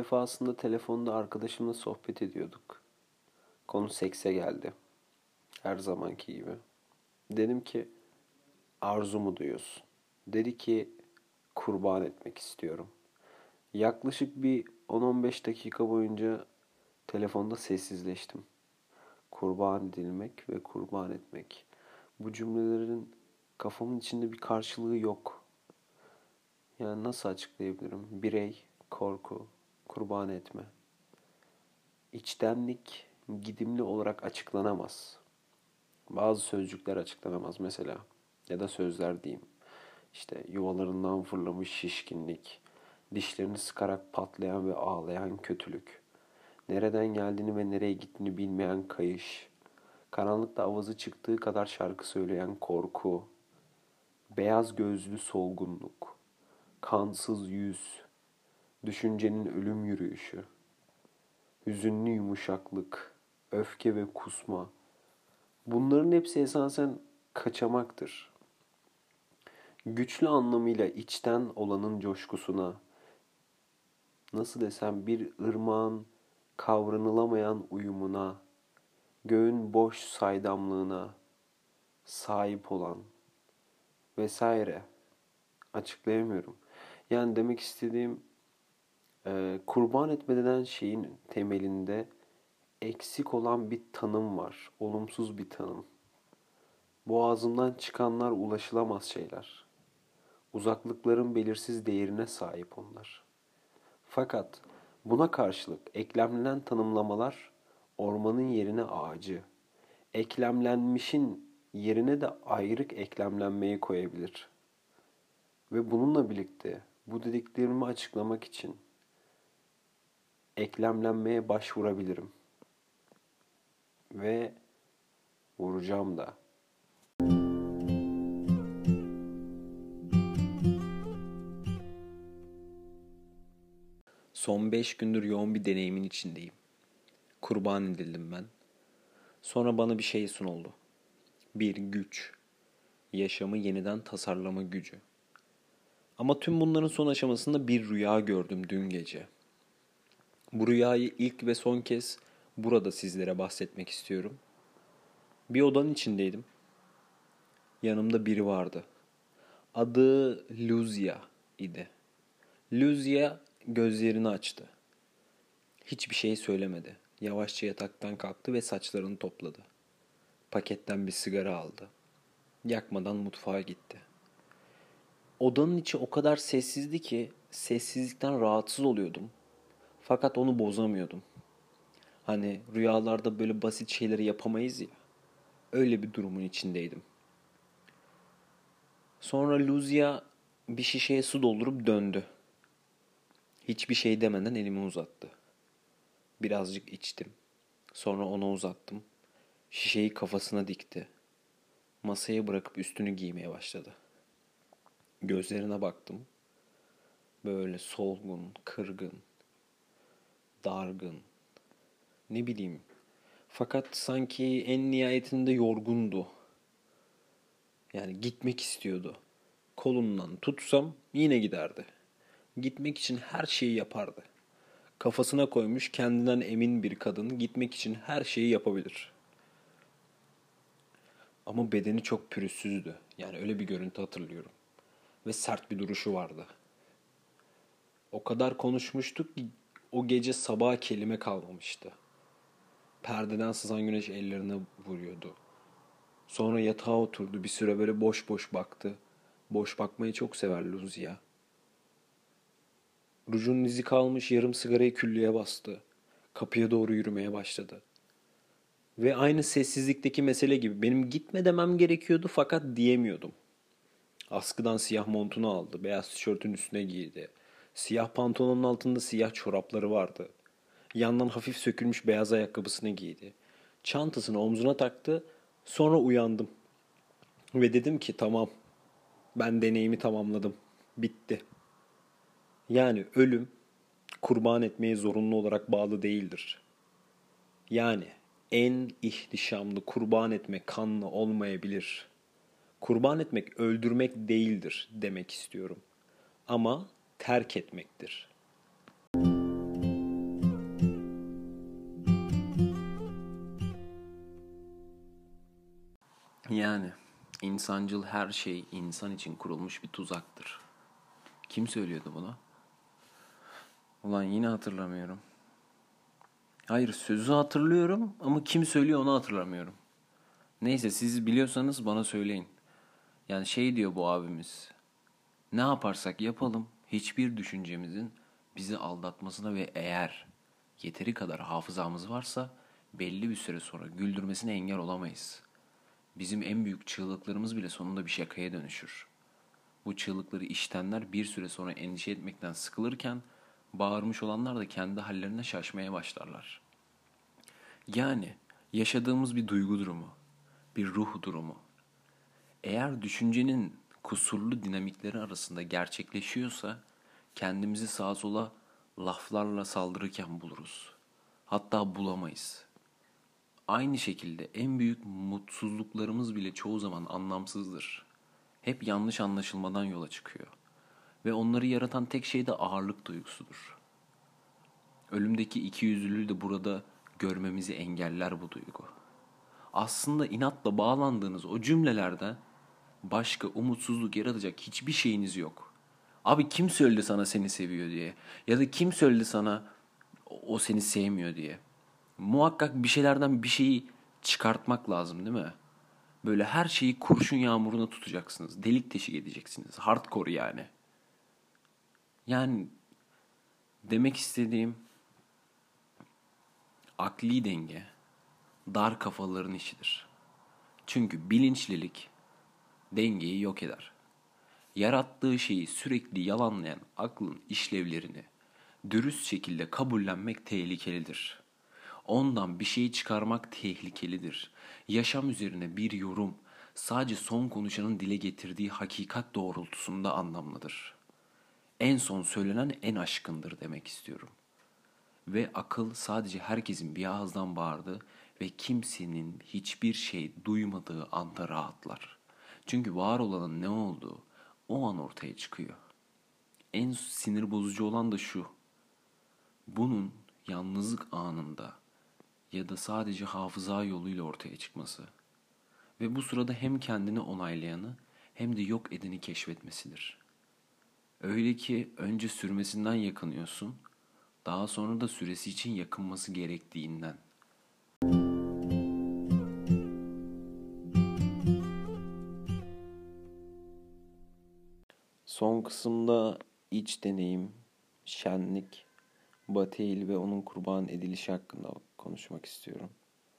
defasında telefonda arkadaşımla sohbet ediyorduk. Konu sekse geldi. Her zamanki gibi. Dedim ki arzu mu duyuyorsun? Dedi ki kurban etmek istiyorum. Yaklaşık bir 10-15 dakika boyunca telefonda sessizleştim. Kurban edilmek ve kurban etmek. Bu cümlelerin kafamın içinde bir karşılığı yok. Yani nasıl açıklayabilirim? Birey, korku, kurban etme. İçtenlik gidimli olarak açıklanamaz. Bazı sözcükler açıklanamaz mesela. Ya da sözler diyeyim. İşte yuvalarından fırlamış şişkinlik, dişlerini sıkarak patlayan ve ağlayan kötülük, nereden geldiğini ve nereye gittiğini bilmeyen kayış, karanlıkta avazı çıktığı kadar şarkı söyleyen korku, beyaz gözlü solgunluk, kansız yüz, düşüncenin ölüm yürüyüşü, hüzünlü yumuşaklık, öfke ve kusma. Bunların hepsi esasen kaçamaktır. Güçlü anlamıyla içten olanın coşkusuna, nasıl desem bir ırmağın kavranılamayan uyumuna, göğün boş saydamlığına sahip olan vesaire açıklayamıyorum. Yani demek istediğim kurban etme denen şeyin temelinde eksik olan bir tanım var. Olumsuz bir tanım. Boğazımdan çıkanlar ulaşılamaz şeyler. Uzaklıkların belirsiz değerine sahip onlar. Fakat buna karşılık eklemlenen tanımlamalar ormanın yerine ağacı, eklemlenmişin yerine de ayrık eklemlenmeyi koyabilir. Ve bununla birlikte bu dediklerimi açıklamak için eklemlenmeye başvurabilirim. Ve vuracağım da. Son 5 gündür yoğun bir deneyimin içindeyim. Kurban edildim ben. Sonra bana bir şey sunuldu. Bir güç. Yaşamı yeniden tasarlama gücü. Ama tüm bunların son aşamasında bir rüya gördüm dün gece. Bu rüyayı ilk ve son kez burada sizlere bahsetmek istiyorum. Bir odanın içindeydim. Yanımda biri vardı. Adı Luzia idi. Luzia gözlerini açtı. Hiçbir şey söylemedi. Yavaşça yataktan kalktı ve saçlarını topladı. Paketten bir sigara aldı. Yakmadan mutfağa gitti. Odanın içi o kadar sessizdi ki sessizlikten rahatsız oluyordum. Fakat onu bozamıyordum. Hani rüyalarda böyle basit şeyleri yapamayız ya. Öyle bir durumun içindeydim. Sonra Luzia bir şişeye su doldurup döndü. Hiçbir şey demeden elimi uzattı. Birazcık içtim. Sonra ona uzattım. Şişeyi kafasına dikti. Masaya bırakıp üstünü giymeye başladı. Gözlerine baktım. Böyle solgun, kırgın, dargın. Ne bileyim. Fakat sanki en nihayetinde yorgundu. Yani gitmek istiyordu. Kolundan tutsam yine giderdi. Gitmek için her şeyi yapardı. Kafasına koymuş kendinden emin bir kadın gitmek için her şeyi yapabilir. Ama bedeni çok pürüzsüzdü. Yani öyle bir görüntü hatırlıyorum. Ve sert bir duruşu vardı. O kadar konuşmuştuk ki o gece sabaha kelime kalmamıştı. Perdeden sızan güneş ellerine vuruyordu. Sonra yatağa oturdu. Bir süre böyle boş boş baktı. Boş bakmayı çok sever Luzia. Rujun izi kalmış yarım sigarayı küllüğe bastı. Kapıya doğru yürümeye başladı. Ve aynı sessizlikteki mesele gibi benim gitme demem gerekiyordu fakat diyemiyordum. Askıdan siyah montunu aldı. Beyaz tişörtün üstüne giydi. Siyah pantolonun altında siyah çorapları vardı. Yandan hafif sökülmüş beyaz ayakkabısını giydi. Çantasını omzuna taktı. Sonra uyandım. Ve dedim ki tamam. Ben deneyimi tamamladım. Bitti. Yani ölüm kurban etmeye zorunlu olarak bağlı değildir. Yani en ihtişamlı kurban etme kanlı olmayabilir. Kurban etmek öldürmek değildir demek istiyorum. Ama terk etmektir. Yani insancıl her şey insan için kurulmuş bir tuzaktır. Kim söylüyordu bunu? Ulan yine hatırlamıyorum. Hayır, sözü hatırlıyorum ama kim söylüyor onu hatırlamıyorum. Neyse, siz biliyorsanız bana söyleyin. Yani şey diyor bu abimiz. Ne yaparsak yapalım hiçbir düşüncemizin bizi aldatmasına ve eğer yeteri kadar hafızamız varsa belli bir süre sonra güldürmesine engel olamayız. Bizim en büyük çığlıklarımız bile sonunda bir şakaya dönüşür. Bu çığlıkları işitenler bir süre sonra endişe etmekten sıkılırken bağırmış olanlar da kendi hallerine şaşmaya başlarlar. Yani yaşadığımız bir duygu durumu, bir ruh durumu. Eğer düşüncenin kusurlu dinamikleri arasında gerçekleşiyorsa kendimizi sağa sola laflarla saldırırken buluruz. Hatta bulamayız. Aynı şekilde en büyük mutsuzluklarımız bile çoğu zaman anlamsızdır. Hep yanlış anlaşılmadan yola çıkıyor. Ve onları yaratan tek şey de ağırlık duygusudur. Ölümdeki ikiyüzlülüğü de burada görmemizi engeller bu duygu. Aslında inatla bağlandığınız o cümlelerden başka umutsuzluk yaratacak hiçbir şeyiniz yok. Abi kim söyledi sana seni seviyor diye? Ya da kim söyledi sana o seni sevmiyor diye? Muhakkak bir şeylerden bir şeyi çıkartmak lazım, değil mi? Böyle her şeyi kurşun yağmuruna tutacaksınız. Delik deşik edeceksiniz. Hardcore yani. Yani demek istediğim akli denge dar kafaların işidir. Çünkü bilinçlilik dengeyi yok eder. Yarattığı şeyi sürekli yalanlayan aklın işlevlerini dürüst şekilde kabullenmek tehlikelidir. Ondan bir şey çıkarmak tehlikelidir. Yaşam üzerine bir yorum sadece son konuşanın dile getirdiği hakikat doğrultusunda anlamlıdır. En son söylenen en aşkındır demek istiyorum. Ve akıl sadece herkesin bir ağızdan bağırdığı ve kimsenin hiçbir şey duymadığı anda rahatlar. Çünkü var olanın ne olduğu o an ortaya çıkıyor. En sinir bozucu olan da şu. Bunun yalnızlık anında ya da sadece hafıza yoluyla ortaya çıkması. Ve bu sırada hem kendini onaylayanı hem de yok edeni keşfetmesidir. Öyle ki önce sürmesinden yakınıyorsun, daha sonra da süresi için yakınması gerektiğinden. Son kısımda iç deneyim, şenlik, Batıil ve onun kurban edilişi hakkında konuşmak istiyorum.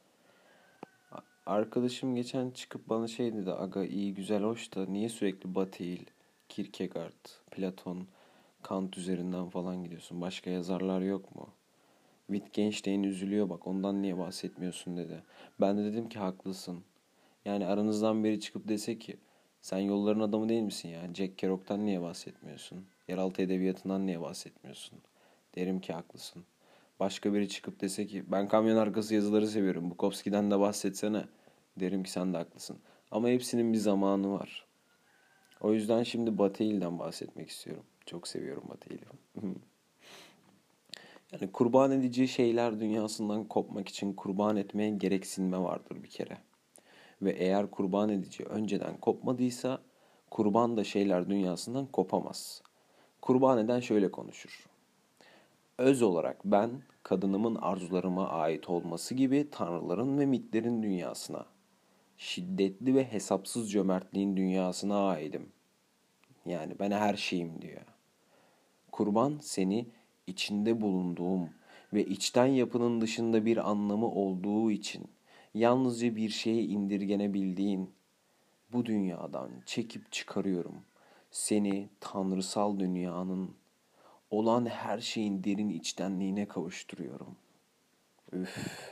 Arkadaşım geçen çıkıp bana şey dedi. Aga iyi güzel hoş da niye sürekli Batıil, Kierkegaard, Platon, Kant üzerinden falan gidiyorsun? Başka yazarlar yok mu? Wittgenstein üzülüyor bak ondan niye bahsetmiyorsun dedi. Ben de dedim ki haklısın. Yani aranızdan biri çıkıp dese ki sen yolların adamı değil misin ya? Jack Kerouac'tan niye bahsetmiyorsun? Yeraltı edebiyatından niye bahsetmiyorsun? Derim ki haklısın. Başka biri çıkıp dese ki ben kamyon arkası yazıları seviyorum. Bukowski'den de bahsetsene. Derim ki sen de haklısın. Ama hepsinin bir zamanı var. O yüzden şimdi Bataille'den bahsetmek istiyorum. Çok seviyorum Bataille'i. Yani kurban edeceği şeyler dünyasından kopmak için kurban etmeye gereksinme vardır bir kere. Ve eğer kurban edici önceden kopmadıysa kurban da şeyler dünyasından kopamaz. Kurban eden şöyle konuşur. Öz olarak ben kadınımın arzularıma ait olması gibi tanrıların ve mitlerin dünyasına, şiddetli ve hesapsız cömertliğin dünyasına aidim. Yani ben her şeyim diyor. Kurban seni içinde bulunduğum ve içten yapının dışında bir anlamı olduğu için yalnızca bir şeye indirgenebildiğin bu dünyadan çekip çıkarıyorum. Seni tanrısal dünyanın olan her şeyin derin içtenliğine kavuşturuyorum. Üf.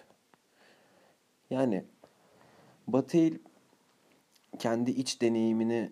Yani Bataille kendi iç deneyimini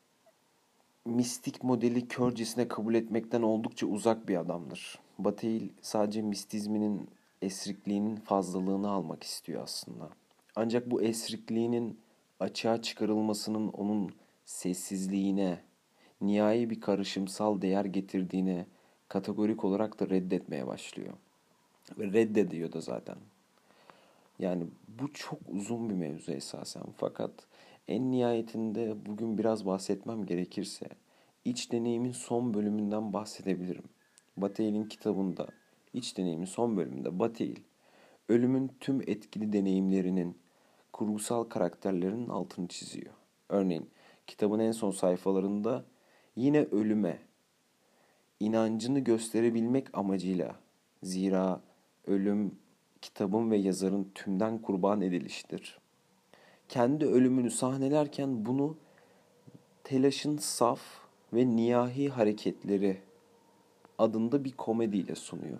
mistik modeli körcesine kabul etmekten oldukça uzak bir adamdır. Bataille sadece mistizminin esrikliğinin fazlalığını almak istiyor aslında. Ancak bu esrikliğinin açığa çıkarılmasının onun sessizliğine, nihai bir karışımsal değer getirdiğine kategorik olarak da reddetmeye başlıyor. Ve reddediyor da zaten. Yani bu çok uzun bir mevzu esasen. Fakat En nihayetinde bugün biraz bahsetmem gerekirse iç deneyimin son bölümünden bahsedebilirim. Bataille'in kitabında, iç deneyimin son bölümünde Bataille, ölümün tüm etkili deneyimlerinin, kurgusal karakterlerinin altını çiziyor. Örneğin kitabın en son sayfalarında yine ölüme, inancını gösterebilmek amacıyla, zira ölüm kitabın ve yazarın tümden kurban edilişidir. Kendi ölümünü sahnelerken bunu telaşın saf ve niyahi hareketleri adında bir komediyle sunuyor.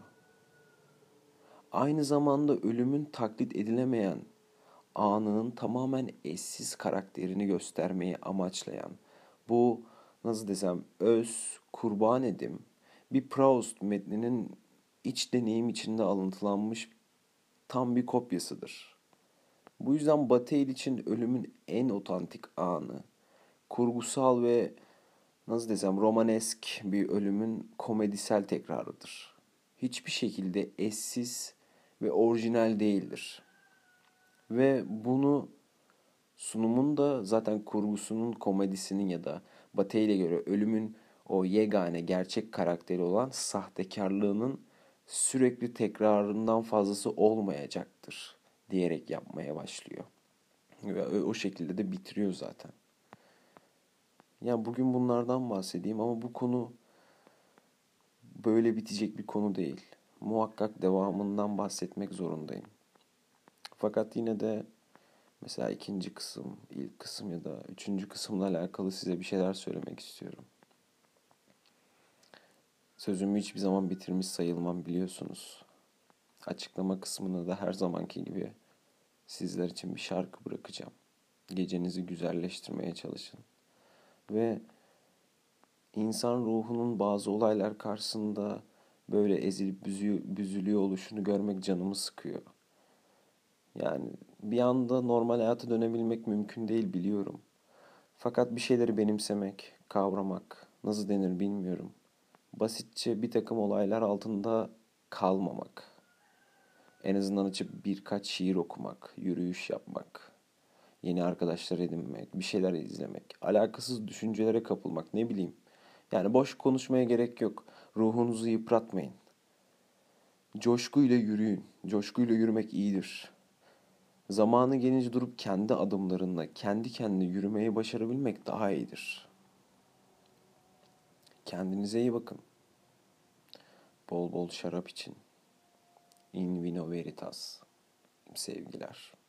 Aynı zamanda ölümün taklit edilemeyen anının tamamen eşsiz karakterini göstermeyi amaçlayan bu, nasıl desem, öz kurban edim bir Proust metninin iç deneyim içinde alıntılanmış tam bir kopyasıdır. Bu yüzden Bataille için ölümün en otantik anı, kurgusal ve, nasıl desem, romanesk bir ölümün komedisel tekrarıdır. Hiçbir şekilde eşsiz ve orijinal değildir. Ve bunu sunumun da zaten kurgusunun, komedisinin ya da Bataille'e göre ölümün o yegane gerçek karakteri olan sahtekarlığının sürekli tekrarından fazlası olmayacaktır diyerek yapmaya başlıyor. Ve o şekilde de bitiriyor zaten. Ya bugün bunlardan bahsedeyim ama bu konu böyle bitecek bir konu değil. Muhakkak devamından bahsetmek zorundayım. Fakat yine de mesela ikinci kısım, ilk kısım ya da üçüncü kısımla alakalı size bir şeyler söylemek istiyorum. Sözümü hiçbir zaman bitirmiş sayılmam, biliyorsunuz. Açıklama kısmına da her zamanki gibi sizler için bir şarkı bırakacağım. Gecenizi güzelleştirmeye çalışın. Ve insan ruhunun bazı olaylar karşısında böyle ezilip büzülüyor oluşunu görmek canımı sıkıyor. Yani bir anda normal hayata dönebilmek mümkün değil, biliyorum. Fakat bir şeyleri benimsemek, kavramak, nasıl denir bilmiyorum. Basitçe bir takım olaylar altında kalmamak. En azından açıp birkaç şiir okumak, yürüyüş yapmak, yeni arkadaşlar edinmek, bir şeyler izlemek, alakasız düşüncelere kapılmak, ne bileyim. Yani boş konuşmaya gerek yok. Ruhunuzu yıpratmayın. Coşkuyla yürüyün. Coşkuyla yürümek iyidir. Zamanı gelince durup kendi adımlarınla, kendi kendine yürümeyi başarabilmek daha iyidir. Kendinize iyi bakın. Bol bol şarap için. In vino veritas. Sevgiler.